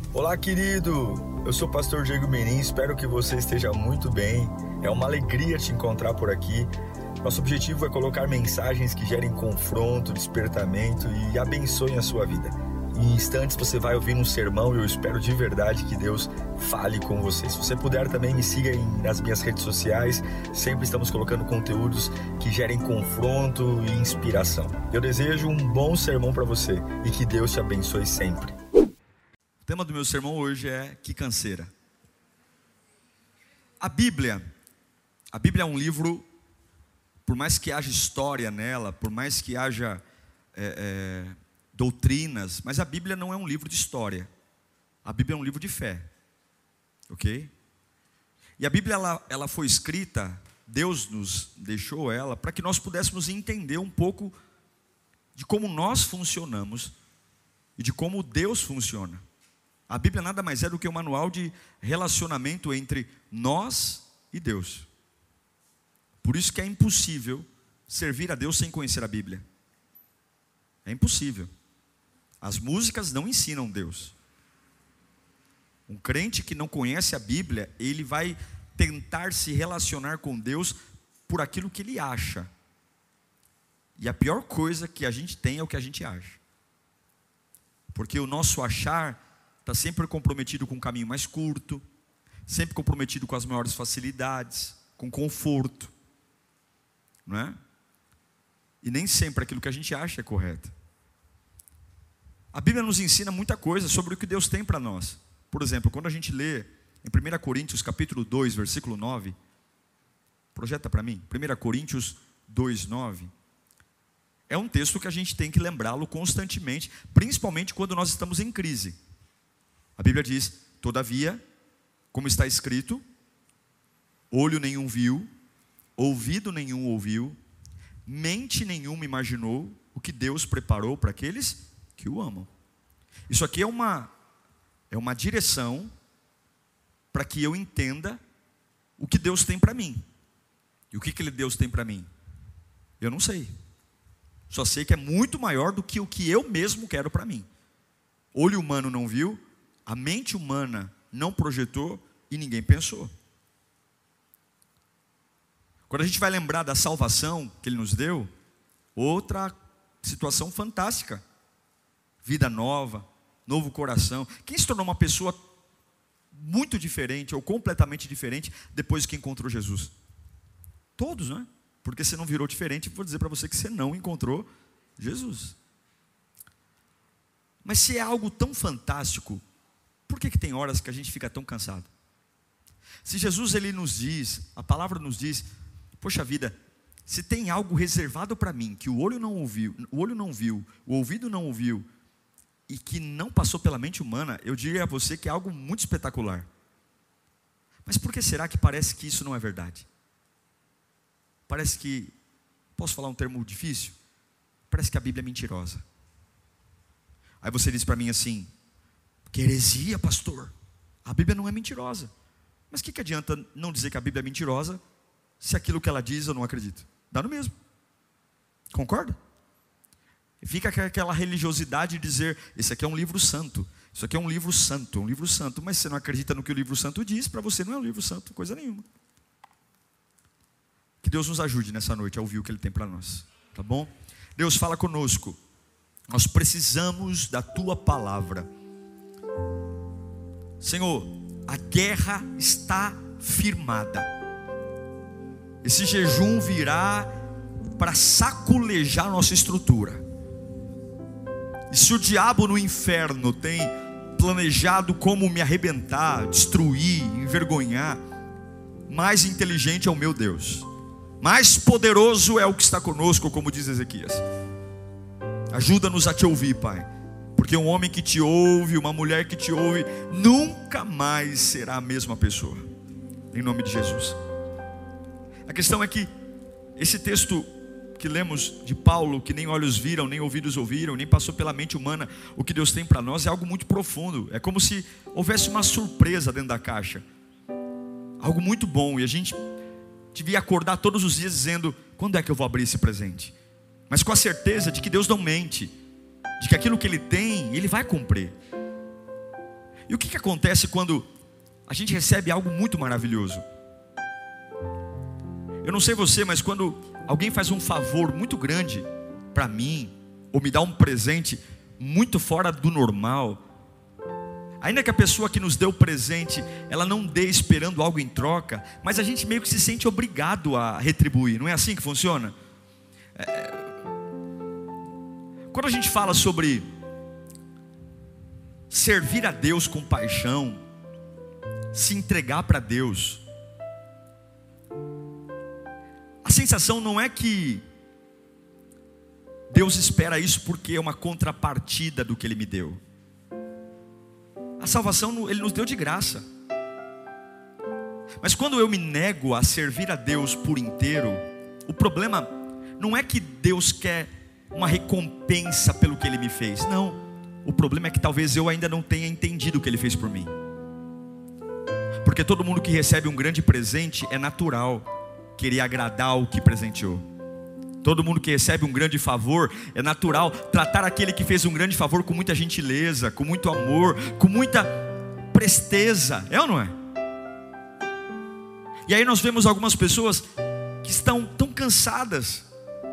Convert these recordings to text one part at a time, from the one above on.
Olá, querido! Eu sou o pastor Diego Menin, espero que você esteja muito bem. É uma alegria te encontrar por aqui. Nosso objetivo é colocar mensagens que gerem confronto, despertamento e abençoem a sua vida. Em instantes você vai ouvir um sermão e eu espero de verdade que Deus fale com você. Se você puder também me siga nas minhas redes sociais. Sempre estamos colocando conteúdos que gerem confronto e inspiração. Eu desejo um bom sermão para você e que Deus te abençoe sempre. O tema do meu sermão hoje é Que Canseira. A Bíblia é um livro, por mais que haja história nela, por mais que haja doutrinas, mas a Bíblia não é um livro de história. A Bíblia é um livro de fé, ok? E a Bíblia ela foi escrita, Deus nos deixou ela para que nós pudéssemos entender um pouco de como nós funcionamos e de como Deus funciona. A Bíblia nada mais é do que um manual de relacionamento entre nós e Deus. Por isso que é impossível servir a Deus sem conhecer a Bíblia. É impossível. As músicas não ensinam Deus. Um crente que não conhece a Bíblia, ele vai tentar se relacionar com Deus por aquilo que ele acha. E a pior coisa que a gente tem é o que a gente acha. Porque o nosso achar está sempre comprometido com um caminho mais curto, sempre comprometido com as maiores facilidades, com conforto, não é? E nem sempre aquilo que a gente acha é correto. A Bíblia nos ensina muita coisa sobre o que Deus tem para nós. Por exemplo, quando a gente lê em 1 Coríntios capítulo 2, versículo 9, projeta para mim, 1 Coríntios 2, 9, é um texto que a gente tem que lembrá-lo constantemente, principalmente quando nós estamos em crise. A Bíblia diz: todavia, como está escrito, olho nenhum viu, ouvido nenhum ouviu, mente nenhuma imaginou o que Deus preparou para aqueles que o amam. Isso aqui é uma direção para que eu entenda o que Deus tem para mim. E o que Deus tem para mim? Eu não sei. Só sei que é muito maior do que o que eu mesmo quero para mim. Olho humano não viu, a mente humana não projetou e ninguém pensou. Quando a gente vai lembrar da salvação que Ele nos deu, outra situação fantástica. Vida nova, novo coração. Quem se tornou uma pessoa muito diferente ou completamente diferente depois que encontrou Jesus? Todos, não é? Porque você não virou diferente, vou dizer para você que você não encontrou Jesus. Mas se é algo tão fantástico, por que tem horas que a gente fica tão cansado? Se Jesus ele nos diz, a palavra nos diz, poxa vida, se tem algo reservado para mim, que o olho não viu, o ouvido não ouviu, e que não passou pela mente humana, eu diria a você que é algo muito espetacular. Mas por que será que parece que isso não é verdade? Parece que, posso falar um termo difícil? Parece que a Bíblia é mentirosa. Aí você diz para mim assim: que heresia, pastor. A Bíblia não é mentirosa. Mas o que adianta não dizer que a Bíblia é mentirosa, se aquilo que ela diz eu não acredito? Dá no mesmo. Concorda? Fica aquela religiosidade de dizer: esse aqui é um livro santo. Isso aqui é um livro santo, mas você não acredita no que o livro santo diz, para você não é um livro santo, coisa nenhuma. Que Deus nos ajude nessa noite a ouvir o que Ele tem para nós, tá bom? Deus, fala conosco. Nós precisamos da Tua palavra. Senhor, a guerra está firmada. Esse jejum virá para saculejar nossa estrutura. E se o diabo no inferno tem planejado como me arrebentar, destruir, envergonhar, mais inteligente é o meu Deus. Mais poderoso é o que está conosco, como diz Ezequias. Ajuda-nos a Te ouvir, Pai. Porque um homem que Te ouve, uma mulher que Te ouve, nunca mais será a mesma pessoa. Em nome de Jesus. A questão é que esse texto que lemos de Paulo, que nem olhos viram, nem ouvidos ouviram, nem passou pela mente humana o que Deus tem para nós, é algo muito profundo. É como se houvesse uma surpresa dentro da caixa. Algo muito bom. E a gente devia acordar todos os dias dizendo: quando é que eu vou abrir esse presente? Mas com a certeza de que Deus não mente, de que aquilo que Ele tem, Ele vai cumprir. E o que acontece quando a gente recebe algo muito maravilhoso? Eu não sei você, mas quando alguém faz um favor muito grande para mim, ou me dá um presente muito fora do normal, ainda que a pessoa que nos deu o presente, ela não dê esperando algo em troca, mas a gente meio que se sente obrigado a retribuir. Não é assim que funciona? Quando a gente fala sobre servir a Deus com paixão, se entregar para Deus, a sensação não é que Deus espera isso porque é uma contrapartida do que Ele me deu. A salvação Ele nos deu de graça. Mas quando eu me nego a servir a Deus por inteiro, o problema não é que Deus quer uma recompensa pelo que Ele me fez. Não, o problema é que talvez eu ainda não tenha entendido o que Ele fez por mim. Porque todo mundo que recebe um grande presente é natural querer agradar o que presenteou. Todo mundo que recebe um grande favor, é natural tratar aquele que fez um grande favor com muita gentileza, com muito amor, com muita presteza. É ou não é? E aí nós vemos algumas pessoas que estão tão cansadas,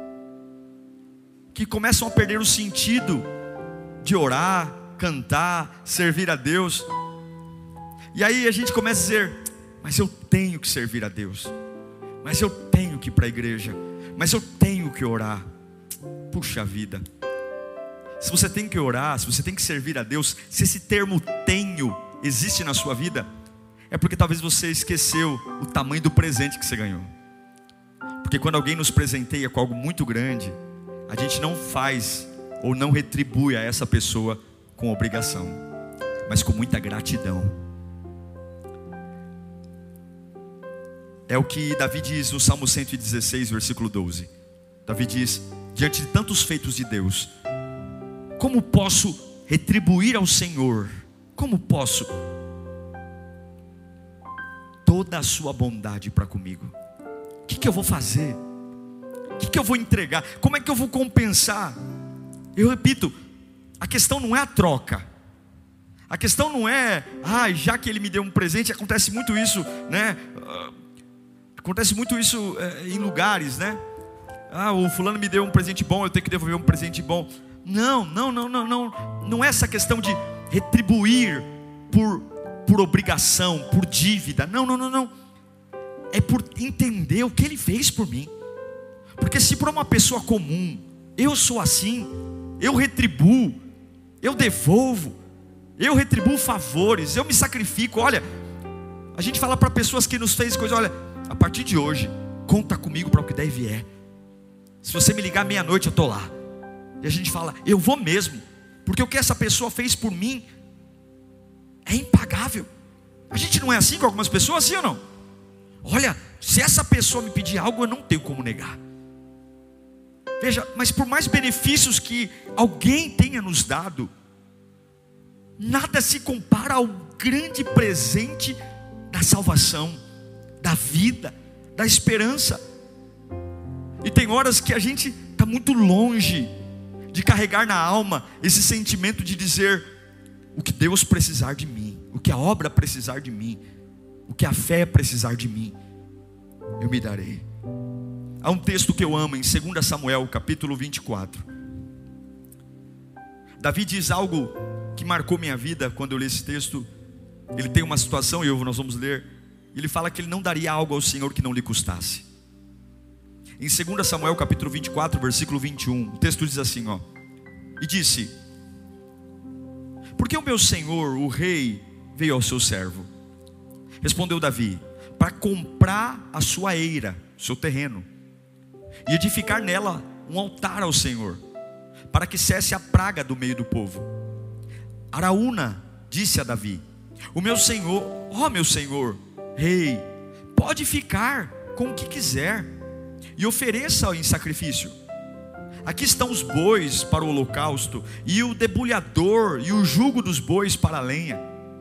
que começam a perder o sentido de orar, cantar, servir a Deus. E aí a gente começa a dizer: mas eu tenho que servir a Deus, mas eu tenho que ir para a igreja, mas eu tenho que orar. Puxa vida, se você tem que orar, se você tem que servir a Deus, se esse termo tenho existe na sua vida, é porque talvez você esqueceu o tamanho do presente que você ganhou. Porque quando alguém nos presenteia com algo muito grande, a gente não faz ou não retribui a essa pessoa com obrigação, mas com muita gratidão. É o que Davi diz no Salmo 116, versículo 12. Davi diz: diante de tantos feitos de Deus, como posso retribuir ao Senhor? Como posso? Toda a sua bondade para comigo. O que eu vou fazer? O que eu vou entregar? Como é que eu vou compensar? Eu repito, a questão não é a troca. A questão não é, já que ele me deu um presente. Acontece muito isso, né? Acontece muito isso em lugares, né? O fulano me deu um presente bom, eu tenho que devolver um presente bom. Não é essa questão de retribuir por obrigação, por dívida. Não. É por entender o que Ele fez por mim. Porque se para uma pessoa comum eu sou assim, eu retribuo, eu devolvo, eu retribuo favores, eu me sacrifico. Olha, a gente fala para pessoas que nos fez coisa: olha, a partir de hoje, conta comigo para o que der e vier. Se você me ligar meia-noite, eu estou lá. E a gente fala: eu vou mesmo, porque o que essa pessoa fez por mim é impagável. A gente não é assim com algumas pessoas, sim ou não? Olha, se essa pessoa me pedir algo, eu não tenho como negar. Veja, mas por mais benefícios que alguém tenha nos dado, nada se compara ao grande presente da salvação, da vida, da esperança. E tem horas que a gente está muito longe de carregar na alma esse sentimento de dizer: o que Deus precisar de mim, o que a obra precisar de mim, o que a fé precisar de mim, eu me darei. Há um texto que eu amo em 2 Samuel capítulo 24. Davi diz algo que marcou minha vida quando eu li esse texto. Ele tem uma situação, e nós vamos ler. Ele fala que ele não daria algo ao Senhor que não lhe custasse. Em 2 Samuel capítulo 24, versículo 21, o texto diz assim, e disse: porque o meu senhor, o rei, veio ao seu servo. Respondeu Davi: para comprar a sua eira, seu terreno, e edificar nela um altar ao Senhor, para que cesse a praga do meio do povo. Araúna disse a Davi: o meu senhor, meu senhor, rei, pode ficar com o que quiser, e ofereça em sacrifício. Aqui estão os bois para o holocausto, e o debulhador, e o jugo dos bois para a lenha.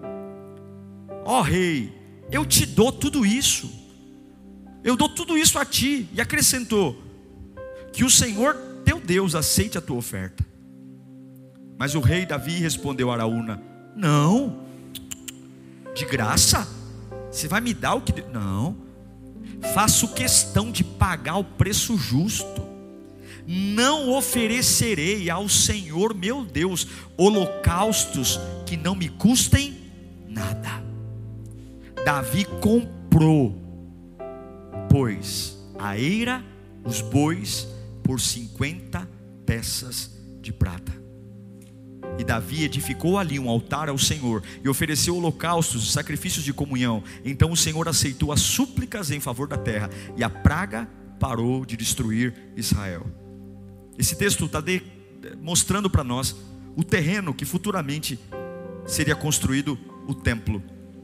Rei, eu te dou tudo isso, eu dou tudo isso a ti. E acrescentou: que o Senhor teu Deus aceite a tua oferta. Mas o rei Davi respondeu a Araúna: não, De graça? Você vai me dar o que... Não. Faço questão de pagar o preço justo. Não oferecerei ao Senhor meu Deus holocaustos que não me custem nada. Davi comprou, pois, a eira, os bois, por 50 peças de prata. E Davi edificou ali um altar ao Senhor e ofereceu holocaustos e sacrifícios de comunhão. Então o Senhor aceitou as súplicas em favor da terra, e a praga parou de destruir Israel. Esse texto está mostrando para nós o terreno que futuramente seria construído o templo.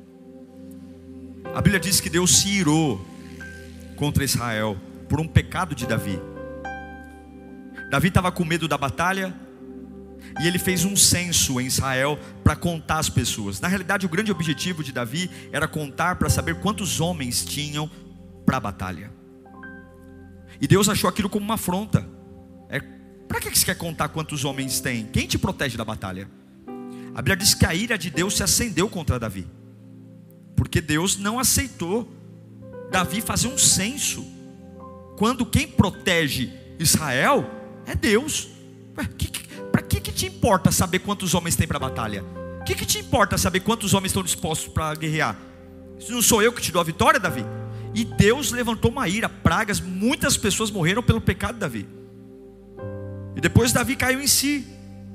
A Bíblia diz que Deus se irou contra Israel por um pecado de Davi. Davi estava com medo da batalha, e ele fez um censo em Israel para contar as pessoas. Na realidade, o grande objetivo de Davi era contar para saber quantos homens tinham para a batalha. E Deus achou aquilo como uma afronta. Para que você quer contar quantos homens tem? Quem te protege da batalha? A Bíblia diz que a ira de Deus se acendeu contra Davi, porque Deus não aceitou Davi fazer um censo, quando quem protege Israel é Deus. Para que te importa saber quantos homens tem para a batalha? O que te importa saber quantos homens estão dispostos para guerrear? Não sou eu que te dou a vitória, Davi? E Deus levantou uma ira, pragas, muitas pessoas morreram pelo pecado de Davi. E depois Davi caiu em si.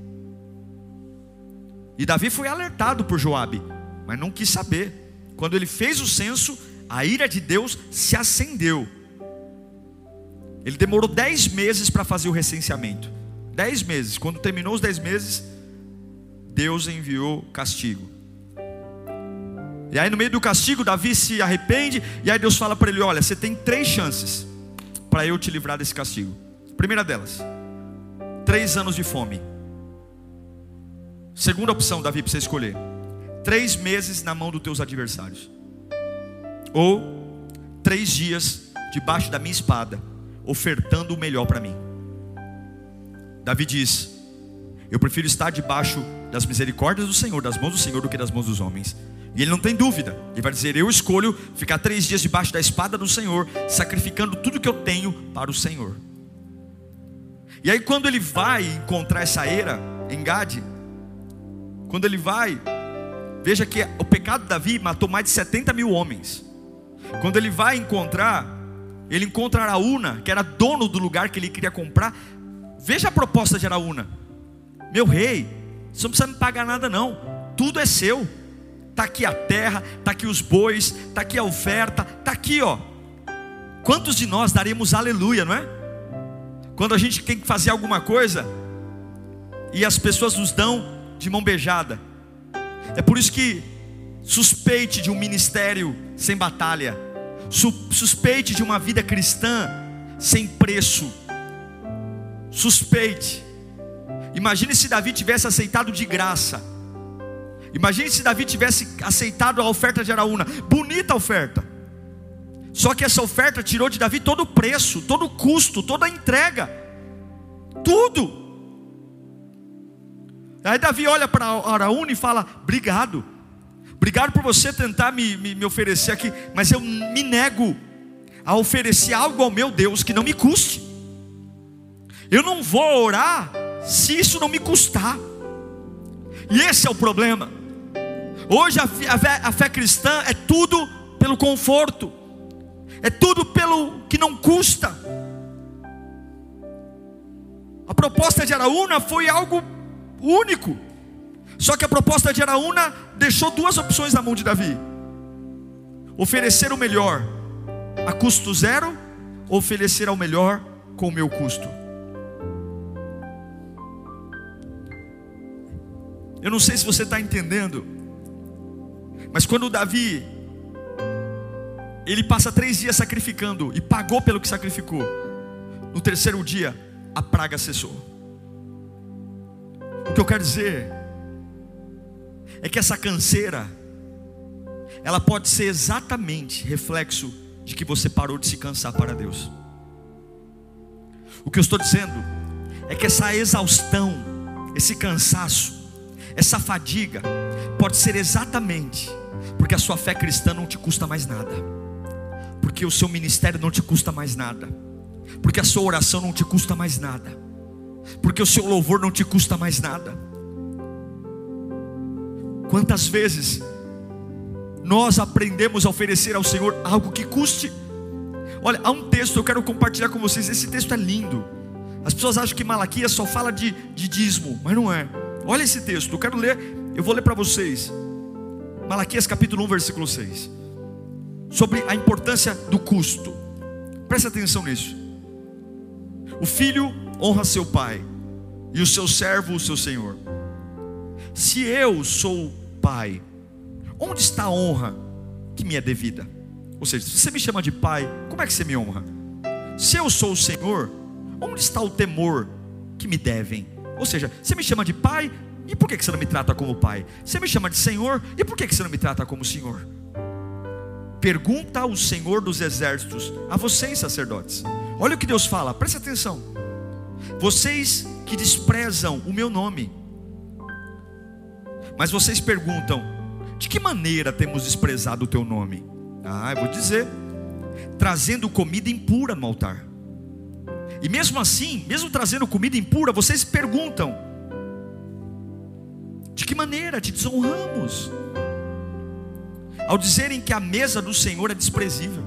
E Davi foi alertado por Joabe, mas não quis saber. Quando ele fez o censo, a ira de Deus se acendeu. Ele demorou 10 meses para fazer o recenseamento. 10 meses, quando terminou os 10 meses, Deus enviou castigo. E aí no meio do castigo, Davi se arrepende, e aí Deus fala para ele: olha, você tem 3 chances para eu te livrar desse castigo. Primeira delas, 3 anos de fome. Segunda opção, Davi, para você escolher: 3 meses na mão dos teus adversários, ou 3 dias debaixo da minha espada, ofertando o melhor para mim. Davi diz: eu prefiro estar debaixo das misericórdias do Senhor, das mãos do Senhor, do que das mãos dos homens. E ele não tem dúvida, ele vai dizer: eu escolho ficar 3 dias debaixo da espada do Senhor, sacrificando tudo que eu tenho para o Senhor. E aí quando ele vai encontrar essa eira em Gade, quando ele vai, veja que o pecado de Davi matou mais de 70 mil homens. Quando ele vai encontrar, ele encontra Araúna, que era dono do lugar que ele queria comprar. Veja a proposta de Araúna: meu rei, você não precisa me pagar nada não, tudo é seu. Está aqui a terra, está aqui os bois, está aqui a oferta, está aqui ó. Quantos de nós daremos aleluia, não é? Quando a gente tem que fazer alguma coisa e as pessoas nos dão de mão beijada. É por isso que suspeite de um ministério sem batalha, suspeite de uma vida cristã sem preço. Suspeite. Imagine se Davi tivesse aceitado de graça. Imagine se Davi tivesse aceitado a oferta de Araúna. Bonita oferta. Só que essa oferta tirou de Davi todo o preço, todo o custo, toda a entrega, tudo. Aí Davi olha para Araúna e fala: obrigado por você tentar me oferecer aqui, mas eu me nego a oferecer algo ao meu Deus que não me custe. Eu não vou orar se isso não me custar. E esse é o problema. Hoje a fé cristã é tudo pelo conforto, é tudo pelo que não custa. A proposta de Araúna foi algo único. Só que a proposta de Araúna deixou 2 opções na mão de Davi: oferecer o melhor a custo zero, ou oferecer ao melhor com o meu custo. Eu não sei se você está entendendo, mas quando Davi, ele passa 3 dias sacrificando e pagou pelo que sacrificou, no 3º dia a praga cessou. O que eu quero dizer é que essa canseira, ela pode ser exatamente reflexo de que você parou de se cansar para Deus. O que eu estou dizendo é que essa exaustão, esse cansaço, essa fadiga pode ser exatamente porque a sua fé cristã não te custa mais nada, porque o seu ministério não te custa mais nada, porque a sua oração não te custa mais nada, porque o seu louvor não te custa mais nada. Quantas vezes nós aprendemos a oferecer ao Senhor algo que custe? Olha, há um texto que eu quero compartilhar com vocês. Esse texto é lindo. As pessoas acham que Malaquias só fala de dízimo, mas não é. Olha esse texto, eu quero ler, eu vou ler para vocês. Malaquias capítulo 1, versículo 6. Sobre a importância do custo. Presta atenção nisso. O filho honra seu pai, e o seu servo o seu senhor. Se eu sou pai, onde está a honra que me é devida? Ou seja, se você me chama de pai, como é que você me honra? Se eu sou o Senhor, onde está o temor que me devem? Ou seja, você me chama de pai, e por que você não me trata como pai? Você me chama de Senhor, e por que você não me trata como Senhor? Pergunta ao Senhor dos exércitos, a vocês sacerdotes. Olha o que Deus fala, presta atenção. Vocês que desprezam o meu nome, mas vocês perguntam, de que maneira temos desprezado o teu nome? Eu vou dizer, trazendo comida impura no altar. E mesmo assim, mesmo trazendo comida impura, vocês perguntam, de que maneira te desonramos? Ao dizerem que a mesa do Senhor é desprezível.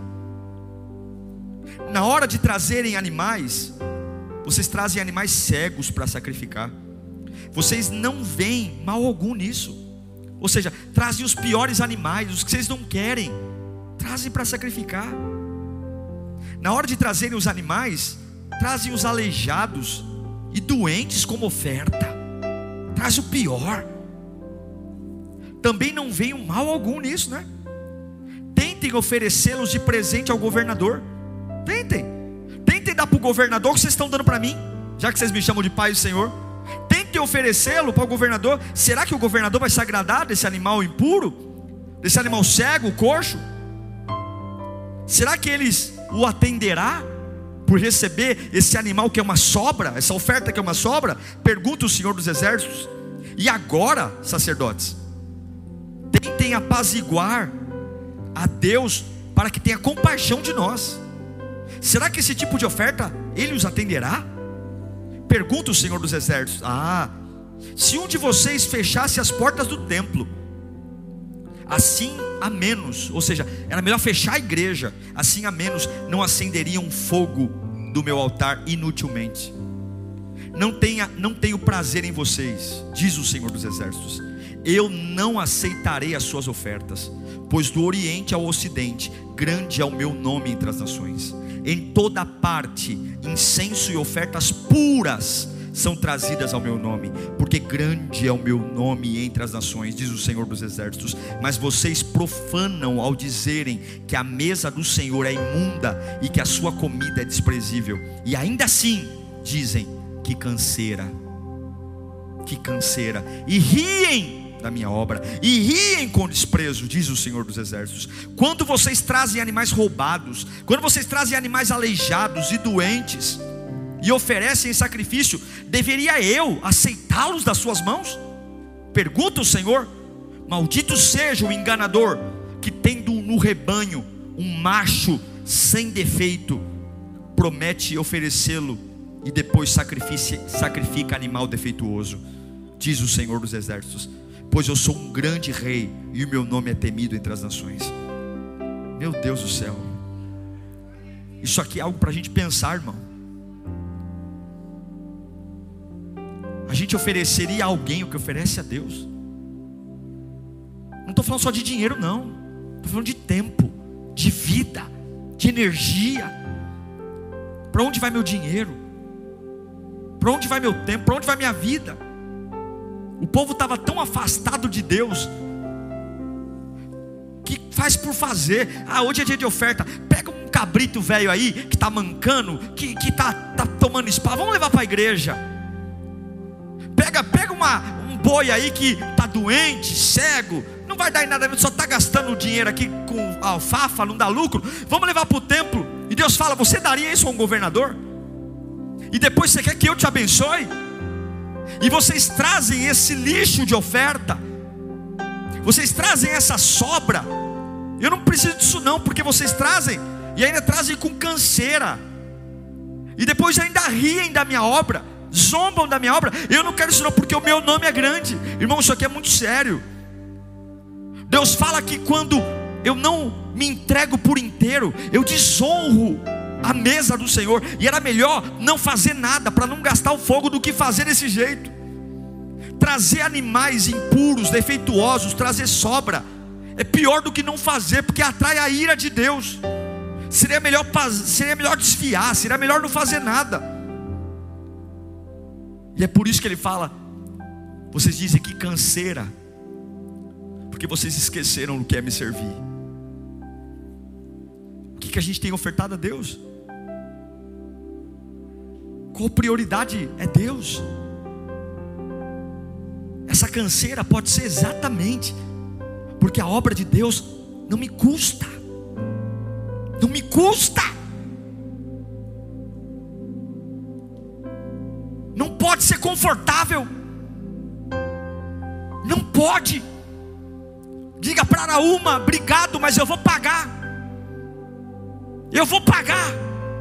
Na hora de trazerem animais, vocês trazem animais cegos para sacrificar. Vocês não veem mal algum nisso. Ou seja, trazem os piores animais, os que vocês não querem, trazem para sacrificar. Na hora de trazerem os animais, trazem os aleijados e doentes como oferta. Traz o pior. Também não veem mal algum nisso, né? Tentem oferecê-los de presente ao governador. Tentem dar para o governador o que vocês estão dando para mim, já que vocês me chamam de pai do Senhor. Tentem oferecê-lo para o governador. Será que o governador vai se agradar desse animal impuro? Desse animal cego, coxo? Será que eles o atenderá por receber esse animal que é uma sobra, essa oferta que é uma sobra? Pergunta o Senhor dos exércitos. E agora, sacerdotes, tentem apaziguar a Deus para que tenha compaixão de nós. Será que esse tipo de oferta Ele os atenderá? Pergunta o Senhor dos exércitos. Se um de vocês fechasse as portas do templo, assim a menos, ou seja, era melhor fechar a igreja, assim a menos não acenderiam fogo do meu altar inutilmente. Não tenho prazer em vocês, diz o Senhor dos exércitos. Eu não aceitarei as suas ofertas, pois do oriente ao ocidente, grande é o meu nome entre as nações. Em toda parte, incenso e ofertas puras são trazidas ao meu nome, porque grande é o meu nome entre as nações, diz o Senhor dos exércitos. Mas vocês profanam ao dizerem que a mesa do Senhor é imunda e que a sua comida é desprezível, e ainda assim dizem, que canseira, e riem da minha obra, e riem com desprezo, diz o Senhor dos exércitos. Quando vocês trazem animais roubados, quando vocês trazem animais aleijados e doentes, e oferecem em sacrifício, deveria eu aceitá-los das suas mãos? Pergunta o Senhor. Maldito seja o enganador, que tendo no rebanho um macho sem defeito, promete oferecê-lo, e depois sacrifica animal defeituoso, diz o Senhor dos exércitos. Pois eu sou um grande rei, e o meu nome é temido entre as nações. Meu Deus do céu, isso aqui é algo para a gente pensar, irmão. A gente ofereceria a alguém o que oferece a Deus? Não estou falando só de dinheiro, não. Estou falando de tempo, de vida, de energia. Para onde vai meu dinheiro? Para onde vai meu tempo? Para onde vai minha vida? O povo estava tão afastado de Deus, que faz por fazer. Hoje é dia de oferta. Pega um cabrito velho aí, que está mancando, que está tomando spa, vamos levar para a igreja. Pega um boi aí que está doente, cego, não vai dar em nada, só está gastando dinheiro aqui com alfafa, não dá lucro. Vamos levar para o templo. E Deus fala, você daria isso a um governador? E depois você quer que eu te abençoe? e vocês trazem esse lixo de oferta, vocês trazem essa sobra. Eu não preciso disso não, porque vocês trazem, e ainda trazem com canseira, e depois ainda riem da minha obra, zombam da minha obra. Eu não quero isso não, porque o meu nome é grande. Irmão, isso aqui é muito sério. Deus fala que quando eu não me entrego por inteiro, eu desonro a mesa do Senhor. E era melhor não fazer nada, para não gastar o fogo, do que fazer desse jeito. Trazer animais impuros, defeituosos, trazer sobra, é pior do que não fazer, porque atrai a ira de Deus. Seria melhor desviar, seria melhor não fazer nada. E é por isso que ele fala: vocês dizem que canseira, porque vocês esqueceram o que é me servir. O que a gente tem ofertado a Deus? Qual prioridade é Deus? Essa canseira pode ser exatamente porque a obra de Deus não me custa. Não me custa. Não pode ser confortável. Não pode. Diga para Araúma: obrigado, mas eu vou pagar. Eu vou pagar.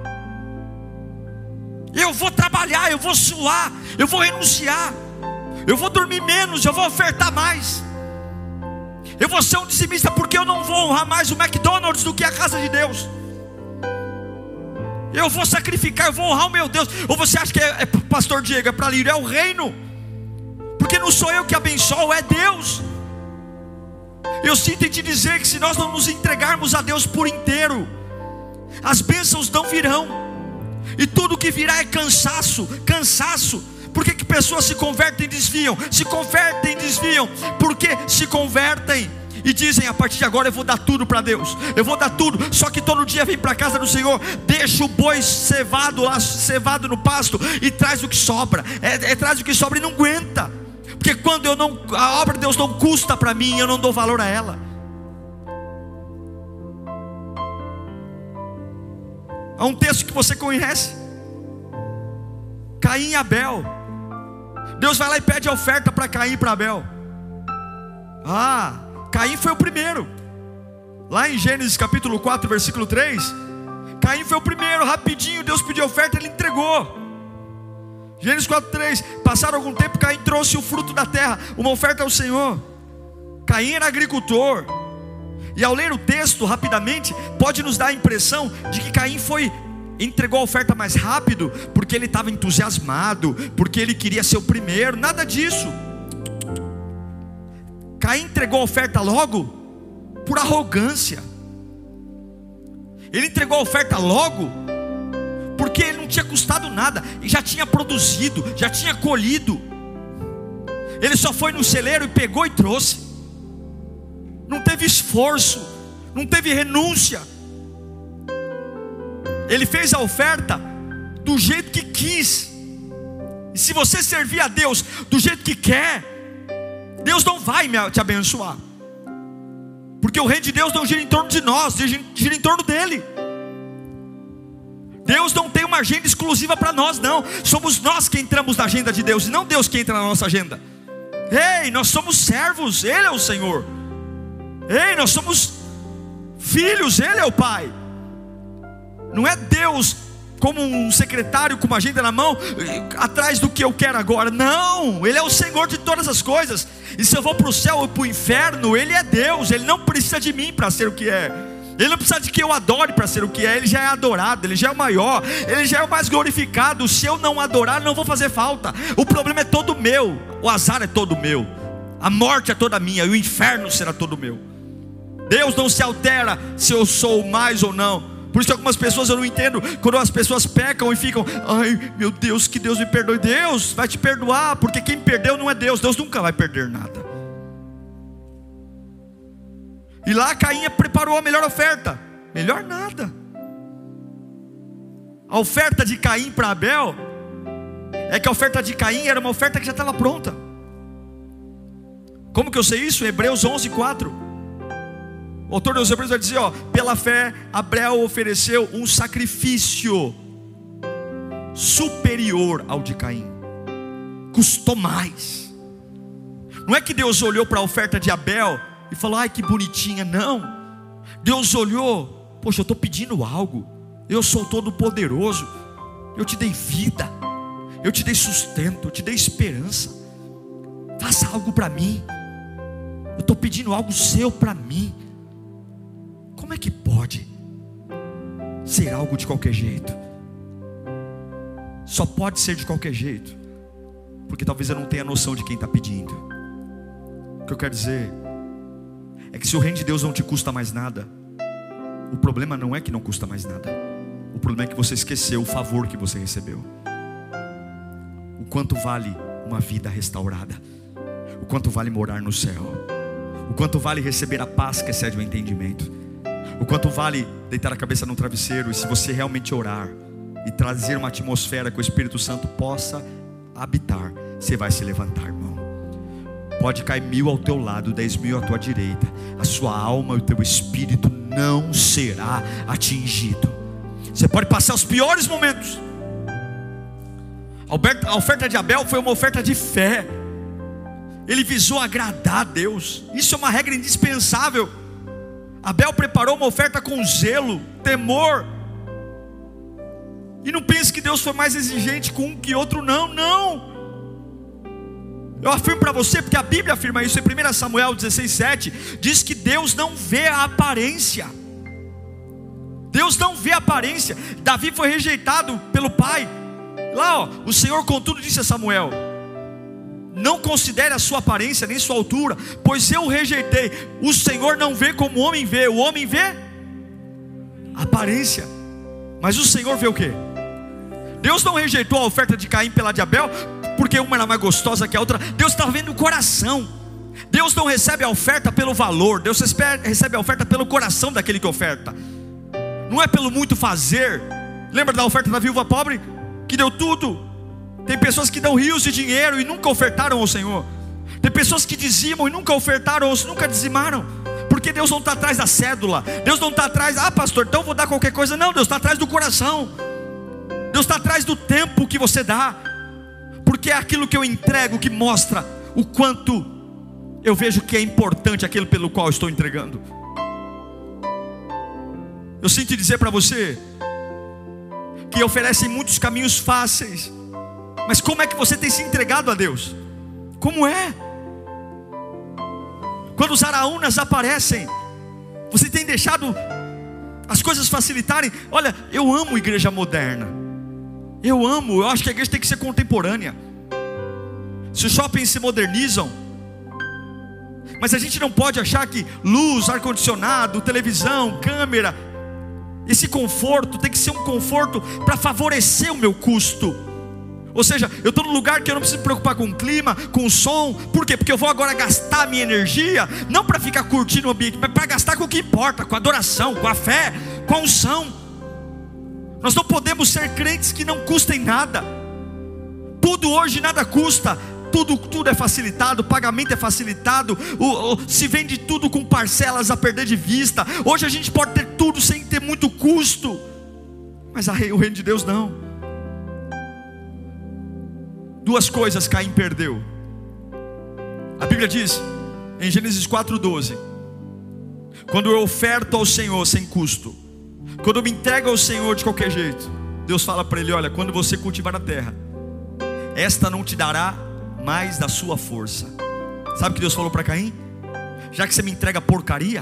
Eu vou trabalhar, eu vou suar, eu vou renunciar, eu vou dormir menos, eu vou ofertar mais. Eu vou ser um dizimista, porque eu não vou honrar mais o McDonald's do que a casa de Deus. Eu vou sacrificar, eu vou honrar o meu Deus. Ou você acha que é pastor Diego, é para Lírio? É o reino. Porque não sou eu que abençoo, é Deus. Eu sinto em te dizer que se nós não nos entregarmos a Deus por inteiro, as bênçãos não virão. E tudo que virá é cansaço, cansaço. Por que pessoas se convertem e desviam? Se convertem e desviam porque se convertem e dizem: a partir de agora eu vou dar tudo para Deus, eu vou dar tudo. Só que todo dia vem para a casa do Senhor, deixa o boi cevado lá, cevado no pasto, e traz o que sobra, traz o que sobra e não aguenta. Porque quando a obra de Deus não custa para mim, eu não dou valor a ela. Há um texto que você conhece, Caim e Abel. Deus vai lá e pede a oferta para Caim e para Abel. Caim foi o primeiro. Lá em Gênesis capítulo 4, versículo 3, Caim foi o primeiro, rapidinho Deus pediu a oferta, ele entregou. Gênesis 4, 3, passaram algum tempo, Caim trouxe o fruto da terra, uma oferta ao Senhor. Caim era agricultor. E ao ler o texto rapidamente, pode nos dar a impressão de que Caim entregou a oferta mais rápido, porque ele estava entusiasmado, porque ele queria ser o primeiro. Nada disso. Caim entregou a oferta logo por arrogância. Ele entregou a oferta logo porque ele não tinha custado nada, e já tinha produzido, já tinha colhido. Ele só foi no celeiro e pegou e trouxe. Não teve esforço, não teve renúncia. Ele fez a oferta do jeito que quis. E se você servir a Deus do jeito que quer, Deus não vai te abençoar. Porque o reino de Deus não gira em torno de nós, gira em torno dele. Deus não tem uma agenda exclusiva para nós, não. Somos nós que entramos na agenda de Deus, e não Deus que entra na nossa agenda. Ei, nós somos servos, Ele é o Senhor. Ei, nós somos filhos, Ele é o Pai. Não é Deus como um secretário com uma agenda na mão, atrás do que eu quero agora. Não, Ele é o Senhor de todas as coisas. E se eu vou para o céu ou para o inferno, Ele é Deus. Ele não precisa de mim para ser o que é. Ele não precisa de que eu adore para ser o que é. Ele já é adorado, Ele já é o maior, Ele já é o mais glorificado. Se eu não adorar, não vou fazer falta. O problema é todo meu, o azar é todo meu, a morte é toda minha, e o inferno será todo meu. Deus não se altera se eu sou mais ou não. Por isso que algumas pessoas eu não entendo, quando as pessoas pecam e ficam: ai meu Deus, que Deus me perdoe. Deus vai te perdoar, porque quem perdeu não é Deus. Deus nunca vai perder nada. E lá Caim preparou a melhor oferta. Melhor nada. A oferta de Caim para Abel é que a oferta de Caim era uma oferta que já estava pronta. Como que eu sei isso? Hebreus 11, 4. O autor dos Hebreus vai dizer, pela fé Abel ofereceu um sacrifício superior ao de Caim. custou mais. Não é que Deus olhou para a oferta de Abel e falou: ai, que bonitinha. Não, Deus olhou: poxa, eu estou pedindo algo, eu sou todo poderoso, eu te dei vida, eu te dei sustento, eu te dei esperança, faça algo para mim, eu estou pedindo algo seu para mim. Como é que pode ser algo de qualquer jeito? Só pode ser de qualquer jeito porque talvez eu não tenha noção de quem está pedindo. O que eu quero dizer é que se o reino de Deus não te custa mais nada, o problema não é que não custa mais nada, o problema é que você esqueceu o favor que você recebeu. O quanto vale uma vida restaurada, o quanto vale morar no céu, o quanto vale receber a paz que excede o entendimento, o quanto vale deitar a cabeça no travesseiro. E se você realmente orar e trazer uma atmosfera que o Espírito Santo possa habitar, você vai se levantar, irmão. Pode cair 1000 ao teu lado, 10.000 à tua direita, a sua alma e o teu espírito não será atingido. Você pode passar os piores momentos. A oferta de Abel foi uma oferta de fé. Ele visou agradar a Deus. Isso é uma regra indispensável. Abel preparou uma oferta com zelo, temor. E não pense que Deus foi mais exigente com um que outro. Não. Eu afirmo para você, porque a Bíblia afirma isso. Em 1 Samuel 16:7 diz que Deus não vê a aparência. Deus não vê a aparência. Davi foi rejeitado pelo pai. Lá, o Senhor contudo disse a Samuel: não considere a sua aparência nem sua altura, pois eu o rejeitei. O Senhor não vê como o homem vê. O homem vê a aparência, mas o Senhor vê o quê? Deus não rejeitou a oferta de Caim pela de Abel porque uma era mais gostosa que a outra. Deus está vendo o coração. Deus não recebe a oferta pelo valor, Deus recebe a oferta pelo coração daquele que oferta. Não é pelo muito fazer. Lembra da oferta da viúva pobre, que deu tudo? Tem pessoas que dão rios de dinheiro e nunca ofertaram ao Senhor. Tem pessoas que dizimam e nunca ofertaram, ou nunca dizimaram. Porque Deus não está atrás da cédula. Deus não está atrás, pastor, então vou dar qualquer coisa. Não, Deus está atrás do coração. Deus está atrás do tempo que você dá. Porque é aquilo que eu entrego que mostra o quanto eu vejo que é importante aquilo pelo qual eu estou entregando. Eu sinto dizer para você que oferecem muitos caminhos fáceis, mas como é que você tem se entregado a Deus? Como é? Quando os araúnas aparecem, você tem deixado as coisas facilitarem? Olha, eu amo igreja moderna. Eu acho que a igreja tem que ser contemporânea. Se os shoppings se modernizam, mas a gente não pode achar que luz, ar-condicionado, televisão, câmera, esse conforto tem que ser um conforto para favorecer o meu custo. Ou seja, eu estou num lugar que eu não preciso me preocupar com o clima, com o som. Por quê? Porque eu vou agora gastar a minha energia, não para ficar curtindo o ambiente, mas para gastar com o que importa, com a adoração, com a fé, com a unção. Nós não podemos ser crentes que não custem nada. Tudo hoje nada custa. Tudo é facilitado, o pagamento é facilitado, se vende tudo com parcelas a perder de vista. Hoje a gente pode ter tudo sem ter muito custo, mas o reino de Deus não. Duas coisas Caim perdeu. A Bíblia diz em Gênesis 4:12: quando eu oferto ao Senhor sem custo, quando eu me entrego ao Senhor de qualquer jeito, Deus fala para ele: olha, quando você cultivar a terra, esta não te dará mais da sua força. Sabe o que Deus falou para Caim? Já que você me entrega porcaria,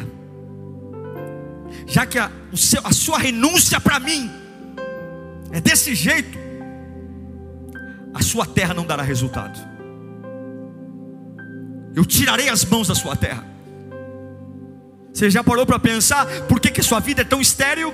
já que a sua renúncia para mim é desse jeito, a sua terra não dará resultado. Eu tirarei as mãos da sua terra. Você já parou para pensar por que sua vida é tão estéril?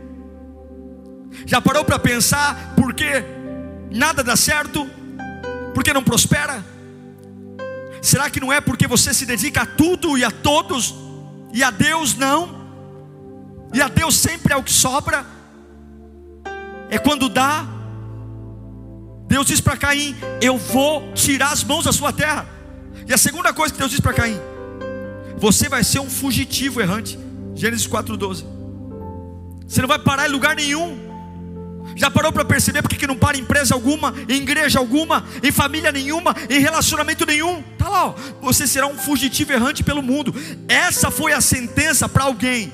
Já parou para pensar por que nada dá certo? Por que não prospera? Será que não é porque você se dedica a tudo e a todos, e a Deus não? E a Deus sempre é o que sobra? É quando dá. Deus diz para Caim: eu vou tirar as mãos da sua terra. E a segunda coisa que Deus diz para Caim: você vai ser um fugitivo errante. Gênesis 4:12. Você não vai parar em lugar nenhum. Já parou para perceber porque que não para em empresa alguma, em igreja alguma, em família nenhuma, em relacionamento nenhum? Está lá, ó. Você será um fugitivo errante pelo mundo. Essa foi a sentença para alguém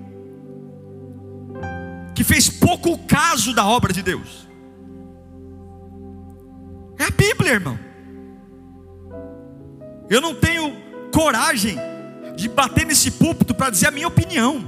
que fez pouco caso da obra de Deus. É a Bíblia, irmão. Eu não tenho coragem de bater nesse púlpito para dizer a minha opinião.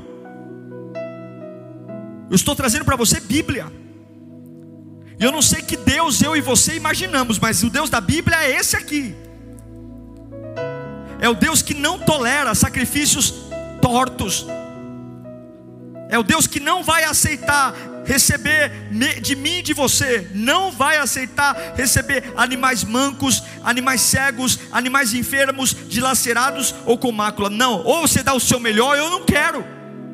Eu estou trazendo para você Bíblia. E eu não sei que Deus eu e você imaginamos, mas o Deus da Bíblia é esse aqui. É o Deus que não tolera sacrifícios tortos. É o Deus que não vai aceitar receber de mim e de você. Não vai aceitar receber animais mancos, animais cegos, animais enfermos, dilacerados ou com mácula. Não, ou você dá o seu melhor, eu não quero.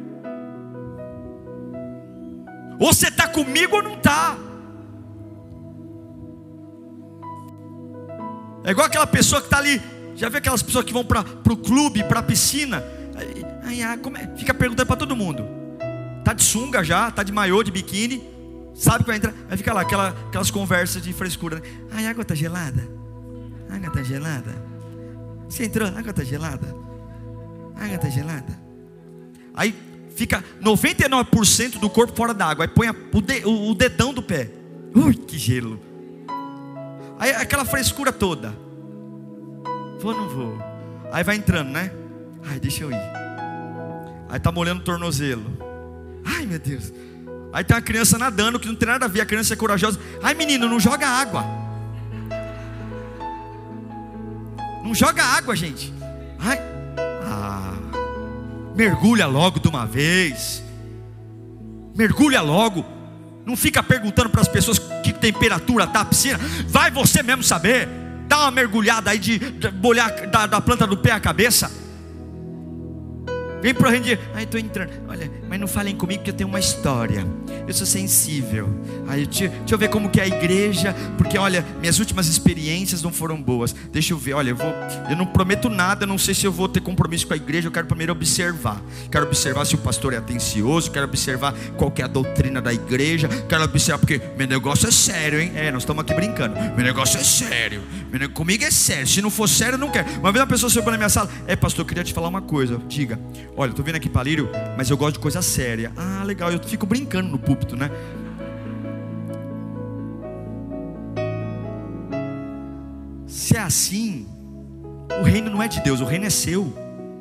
Ou você está comigo ou não está. É igual aquela pessoa que está ali. Já viu aquelas pessoas que vão para o clube, para a piscina? Fica perguntando para todo mundo. Está de sunga já, está de maiô, de biquíni. Sabe que vai entrar. Aí fica lá, aquelas conversas de frescura, né? Ai, a água está gelada. A água está gelada. Você entrou, a água está gelada. A água está gelada. Aí fica 99% do corpo fora da água. Aí põe o dedão do pé. Ui, que gelo. Aí aquela frescura toda. Vou ou não vou? Aí vai entrando, né? Ai, deixa eu ir. Aí tá molhando o tornozelo. Ai, meu Deus. Aí tem uma criança nadando que não tem nada a ver. A criança é corajosa. Ai, menino, não joga água. Não joga água, gente. Ai. Mergulha logo de uma vez. Mergulha logo. Não fica perguntando para as pessoas que temperatura está a piscina. Vai você mesmo saber. Dá uma mergulhada aí de molhar da planta do pé à cabeça. Vem pro rendi. Ai, estou entrando. Olha, mas não falem comigo que eu tenho uma história. Eu sou sensível. Aí, deixa eu ver como que é a igreja. Porque olha, minhas últimas experiências não foram boas. Deixa eu ver, olha, eu não prometo nada. Não sei se eu vou ter compromisso com a igreja. Eu quero primeiro observar. Quero observar se o pastor é atencioso. Quero observar qual que é a doutrina da igreja. Quero observar, porque meu negócio é sério, hein? Nós estamos aqui brincando. Meu negócio é sério. Comigo é sério. Se não for sério, eu não quero. Uma vez uma pessoa chegou na minha sala. Pastor, eu queria te falar uma coisa. Diga. Olha, eu estou vindo aqui para Lírio, mas eu gosto de coisa séria. Ah, legal, eu fico brincando no púlpito, né? Se é assim, o reino não é de Deus, o reino é seu.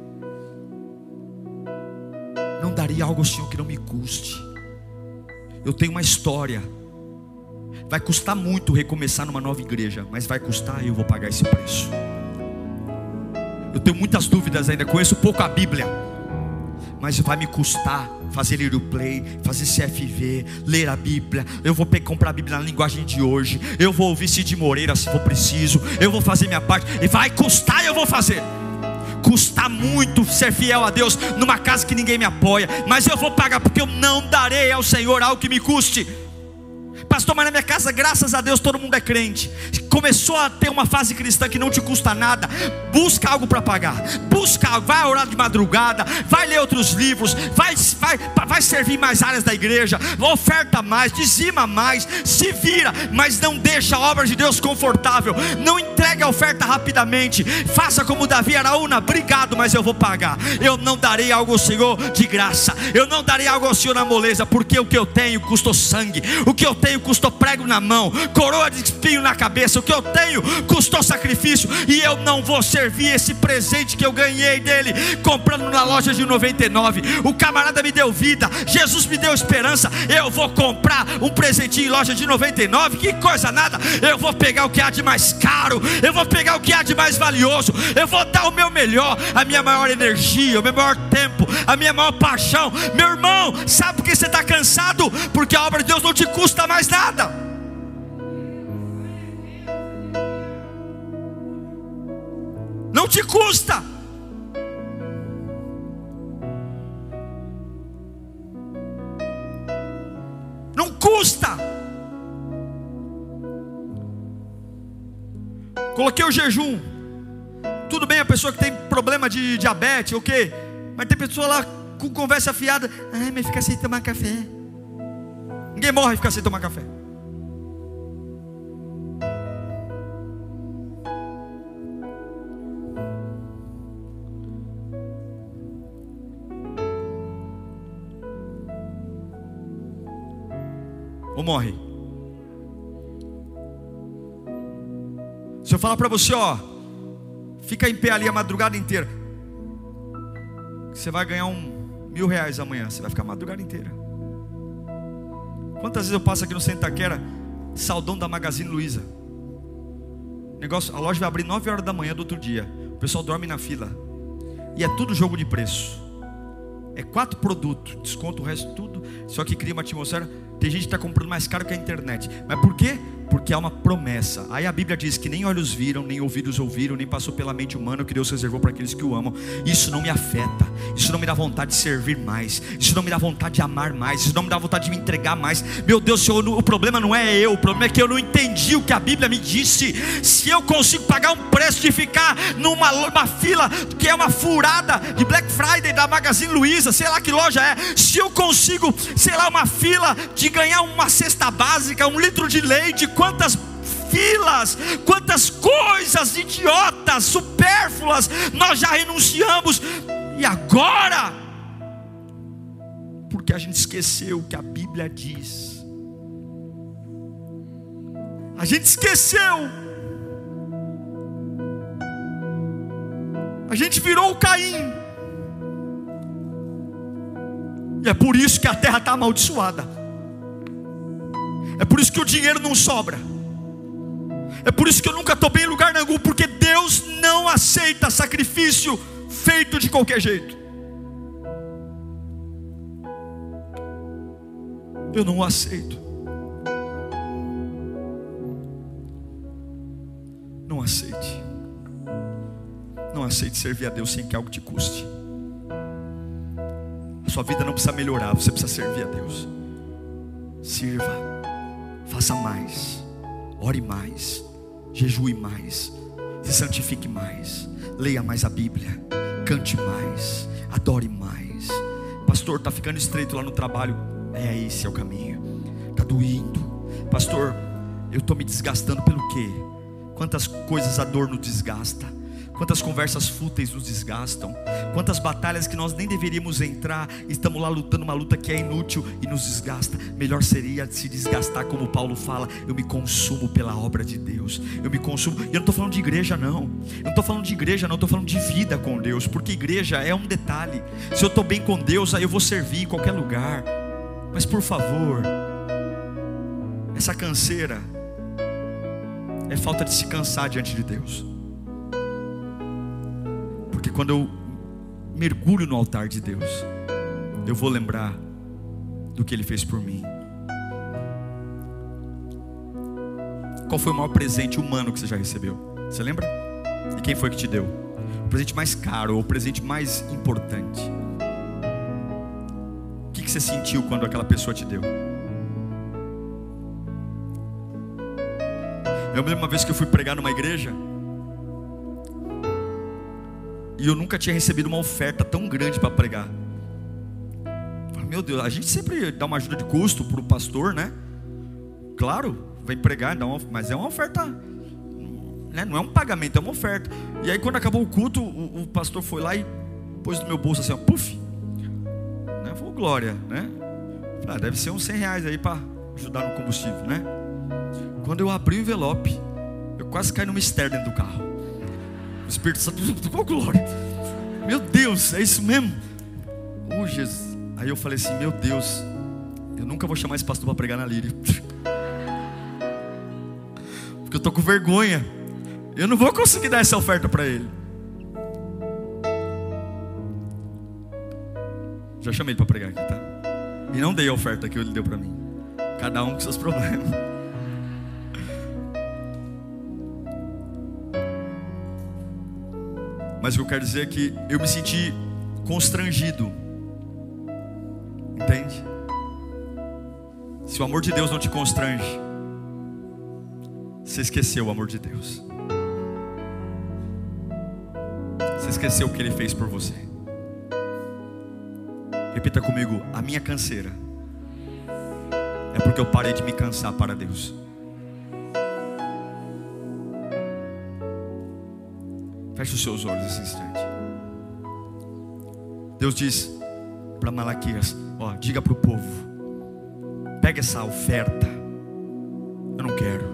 Não daria algo ao Senhor que não me custe. Eu tenho uma história. Vai custar muito recomeçar numa nova igreja, mas vai custar e eu vou pagar esse preço. Eu tenho muitas dúvidas ainda, conheço pouco a Bíblia, mas vai me custar fazer Lírio Play, fazer CFV, ler a Bíblia. Eu vou comprar a Bíblia na linguagem de hoje. Eu vou ouvir Cid Moreira se for preciso. Eu vou fazer minha parte. E vai custar e eu vou fazer. Custa muito ser fiel a Deus numa casa que ninguém me apoia, mas eu vou pagar, porque eu não darei ao Senhor algo que me custe. Pastor, mas na minha casa, graças a Deus, todo mundo é crente. Começou a ter uma fase cristã que não te custa nada. Busca algo para pagar. Busca algo, vai orar de madrugada, vai ler outros livros, vai servir mais áreas da igreja, oferta mais, dizima mais, se vira, mas não deixa a obra de Deus confortável. Não entregue a oferta rapidamente. Faça como Davi Araúna: obrigado, mas eu vou pagar. Eu não darei algo ao Senhor de graça. Eu não darei algo ao Senhor na moleza, porque o que eu tenho custou sangue. O que eu tenho custou prego na mão, coroa de espinho na cabeça. O que eu tenho custou sacrifício. E eu não vou servir esse presente que eu ganhei dele, comprando na loja de 99. O camarada me deu vida, Jesus me deu esperança. Eu vou comprar um presentinho em loja de 99? Que coisa nada. Eu vou pegar o que há de mais caro. Eu vou pegar o que há de mais valioso. Eu vou dar o meu melhor, a minha maior energia, o meu maior tempo, a minha maior paixão. Meu irmão, sabe por que você está cansado? Porque a obra de Deus não te custa mais nada. Não te custa. Não custa. Coloquei o jejum. Tudo bem, a pessoa que tem problema de diabetes, ok? Mas tem pessoa lá com conversa fiada: ai, mas fica sem tomar café. Ninguém morre e fica sem tomar café. Ou morre? Se eu falar para você, ó, fica em pé ali a madrugada inteira, você vai ganhar R$1.000 amanhã. Você vai ficar a madrugada inteira. Quantas vezes eu passo aqui no centro Itaquera, saldão da Magazine Luiza, a loja vai abrir 9 horas da manhã do outro dia, o pessoal dorme na fila, e é tudo jogo de preço. É 4 produtos, desconto o resto tudo, só que cria uma atmosfera. Tem gente que está comprando mais caro que a internet. Mas por quê? Porque há uma promessa. Aí a Bíblia diz que nem olhos viram, nem ouvidos ouviram, nem passou pela mente humana o que Deus reservou para aqueles que o amam. Isso não me afeta. Isso não me dá vontade de servir mais. Isso não me dá vontade de amar mais. Isso não me dá vontade de me entregar mais. Meu Deus, Senhor, o problema não é eu. O problema é que eu não entendi o que a Bíblia me disse. Se eu consigo pagar um preço de ficar numa fila que é uma furada de Black Friday da Magazine Luiza, sei lá que loja é. Se eu consigo, sei lá, uma fila de ganhar uma cesta básica, 1 litro de leite, quantas filas, quantas coisas idiotas, supérfluas nós já renunciamos. E agora, porque a gente esqueceu o que a Bíblia diz, a gente esqueceu, a gente virou o Caim, e é por isso que a terra está amaldiçoada. É por isso que o dinheiro não sobra. É por isso que eu nunca estou bem em lugar nenhum. Porque Deus não aceita sacrifício feito de qualquer jeito. Eu não o aceito. Não aceite. Não aceite servir a Deus sem que algo te custe. A sua vida não precisa melhorar, você precisa servir a Deus. Sirva. Faça mais, ore mais, jejue mais, se santifique mais, leia mais a Bíblia, cante mais, adore mais. Pastor, está ficando estreito lá no trabalho. Esse é o caminho. Está doendo. Pastor, eu estou me desgastando pelo quê? Quantas coisas a dor nos desgasta. Quantas conversas fúteis nos desgastam. Quantas batalhas que nós nem deveríamos entrar, estamos lá lutando uma luta que é inútil e nos desgasta. Melhor seria se desgastar, como Paulo fala: eu me consumo pela obra de Deus. Eu me consumo. E eu não estou falando de igreja não. Eu não estou falando de igreja não, estou falando de vida com Deus. Porque igreja é um detalhe. Se eu estou bem com Deus, aí eu vou servir em qualquer lugar. Mas por favor, essa canseira é falta de se cansar diante de Deus. Porque quando eu mergulho no altar de Deus, eu vou lembrar do que Ele fez por mim. Qual foi o maior presente humano que você já recebeu? Você lembra? E quem foi que te deu? O presente mais caro, ou o presente mais importante? O que você sentiu quando aquela pessoa te deu? Eu me lembro uma vez que eu fui pregar numa igreja, e eu nunca tinha recebido uma oferta tão grande para pregar. Falei, meu Deus, a gente sempre dá uma ajuda de custo para o pastor, né? Claro, vem pregar, mas é uma oferta, né? Não é um pagamento, é uma oferta. E aí quando acabou o culto, o pastor foi lá e pôs no meu bolso assim, ó, puf, né? Falei, glória, né? Falei, deve ser uns R$100 aí para ajudar no combustível, né? Quando eu abri o envelope, eu quase caí numa ester dentro do carro. O Espírito Santo, oh, glória, meu Deus, é isso mesmo? Oh Jesus. Aí eu falei assim, meu Deus, eu nunca vou chamar esse pastor para pregar na Lírio, porque eu estou com vergonha. Eu não vou conseguir dar essa oferta para ele. Já chamei ele para pregar aqui, tá? E não dei a oferta que ele deu para mim. Cada um com seus problemas. Mas o que eu quero dizer é que eu me senti constrangido. Entende? Se o amor de Deus não te constrange, você esqueceu o amor de Deus. Você esqueceu o que Ele fez por você. Repita comigo: a minha canseira é porque eu parei de me cansar para Deus. Feche os seus olhos esse instante. Deus diz para Malaquias: ó, diga para o povo, pega essa oferta, eu não quero.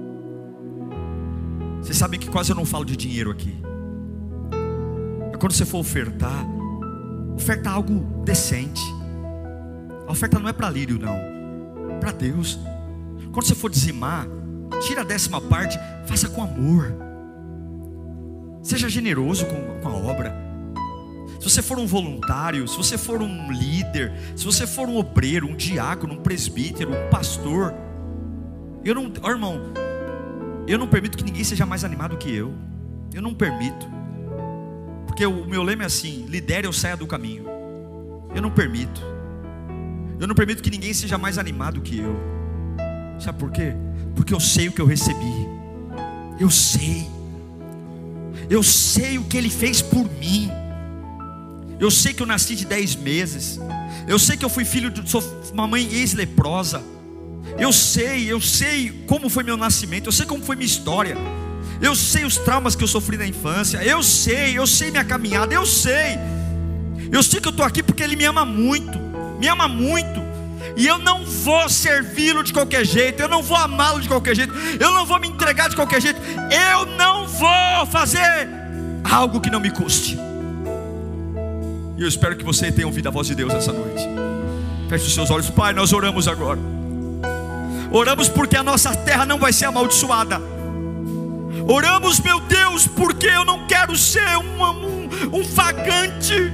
Vocês sabem que quase eu não falo de dinheiro aqui. Mas quando você for ofertar, oferta algo decente. A oferta não é para lírio, não, para Deus. Quando você for dizimar, tira a 10ª parte, faça com amor. Seja generoso com a obra. Se você for um voluntário, se você for um líder, se você for um obreiro, um diácono, um presbítero, um pastor, irmão, eu não permito que ninguém seja mais animado que eu. Eu não permito. Porque o meu lema é assim: lidere ou saia do caminho. Eu não permito. Eu não permito que ninguém seja mais animado que eu. Sabe por quê? Porque eu sei o que eu recebi. Eu sei. Eu sei o que Ele fez por mim. Eu sei que eu nasci de 10 meses. Eu sei que eu fui filho de uma mãe ex-leprosa. Eu sei como foi meu nascimento. Eu sei como foi minha história. Eu sei os traumas que eu sofri na infância. Eu sei minha caminhada. Eu sei que eu estou aqui porque Ele me ama muito. Me ama muito. E eu não vou servi-lo de qualquer jeito. Eu não vou amá-lo de qualquer jeito. Eu não vou me entregar de qualquer jeito. Eu não vou fazer algo que não me custe. E eu espero que você tenha ouvido a voz de Deus essa noite. Feche os seus olhos. Pai, nós oramos agora. Oramos porque a nossa terra não vai ser amaldiçoada. Oramos, meu Deus, porque eu não quero ser um vagante.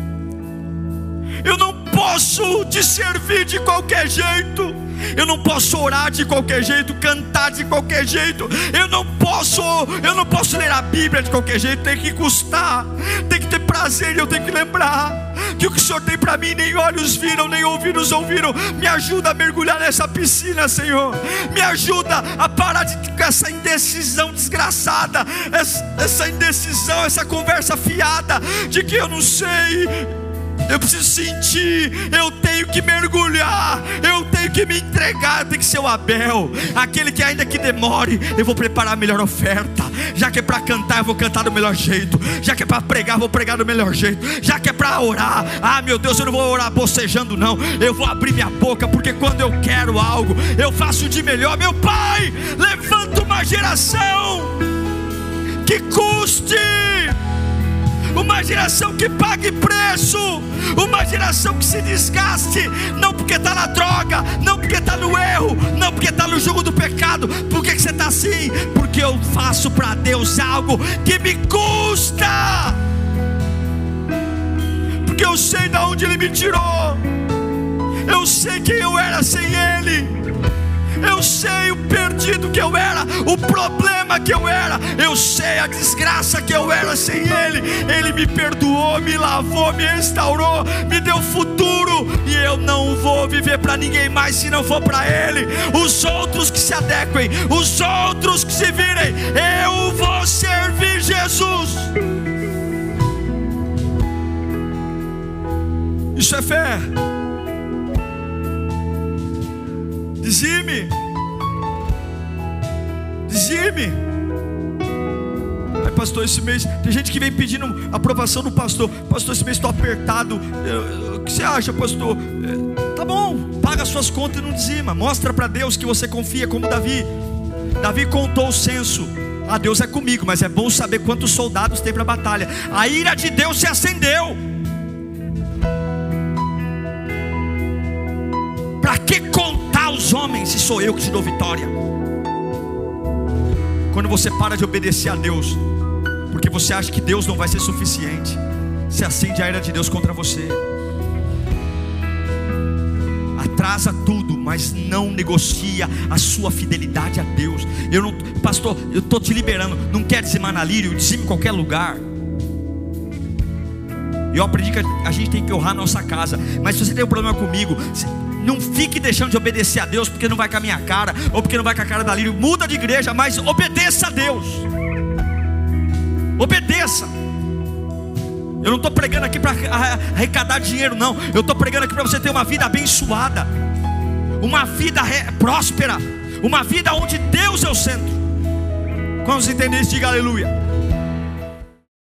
Eu não posso te servir de qualquer jeito. Eu não posso orar de qualquer jeito, cantar de qualquer jeito. Eu não posso ler a Bíblia de qualquer jeito. Tem que custar, tem que ter prazer. E eu tenho que lembrar que o que o Senhor tem para mim, nem olhos viram, nem ouvidos ouviram. Me ajuda a mergulhar nessa piscina, Senhor. Me ajuda a parar com essa indecisão desgraçada, essa indecisão, essa conversa fiada de que eu não sei. Eu preciso sentir, eu tenho que mergulhar, eu tenho que me entregar, eu tenho que ser o Abel, aquele que ainda que demore, eu vou preparar a melhor oferta. Já que é para cantar, eu vou cantar do melhor jeito. Já que é para pregar, eu vou pregar do melhor jeito. Já que é para orar, meu Deus, eu não vou orar bocejando não. Eu vou abrir minha boca, porque quando eu quero algo, eu faço de melhor. Meu Pai, levanta uma geração que custe, uma geração que pague preço, uma geração que se desgaste, não porque está na droga, não porque está no erro, não porque está no jugo do pecado. Por que você está assim? Porque eu faço para Deus algo que me custa, porque eu sei de onde Ele me tirou, eu sei quem eu era sem Ele, eu sei o perdido que eu era, o problema que eu era, eu sei a desgraça que eu era sem Ele. Ele me perdoou, me lavou, me restaurou, me deu futuro. E eu não vou viver para ninguém mais se não for para Ele. Os outros que se adequem, os outros que se virem, eu vou servir Jesus. Isso é fé. Dizime. Aí, pastor, esse mês tem gente que vem pedindo aprovação do pastor. Pastor, esse mês estou apertado. O que você acha, pastor? Tá bom, paga as suas contas e não dizima. Mostra para Deus que você confia, como Davi. Davi contou o censo. Deus é comigo, mas é bom saber quantos soldados tem para a batalha. A ira de Deus se acendeu. Para que contar os homens se sou eu que te dou vitória? Quando você para de obedecer a Deus, porque você acha que Deus não vai ser suficiente, se acende a ira de Deus contra você. Atrasa tudo, mas não negocia a sua fidelidade a Deus. Pastor, eu estou te liberando. Não quer dizimar na Lírio, dizime em qualquer lugar. Eu aprendi que a gente tem que honrar a nossa casa. Mas se você tem um problema comigo, não fique deixando de obedecer a Deus porque não vai com a minha cara, ou porque não vai com a cara da Lírio. Muda de igreja, mas obedeça a Deus. Obedeça. Eu não estou pregando aqui para arrecadar dinheiro, não. Eu estou pregando aqui para você ter uma vida abençoada. uma vida próspera, uma vida onde Deus é o centro. Quando você entender isso, diga aleluia.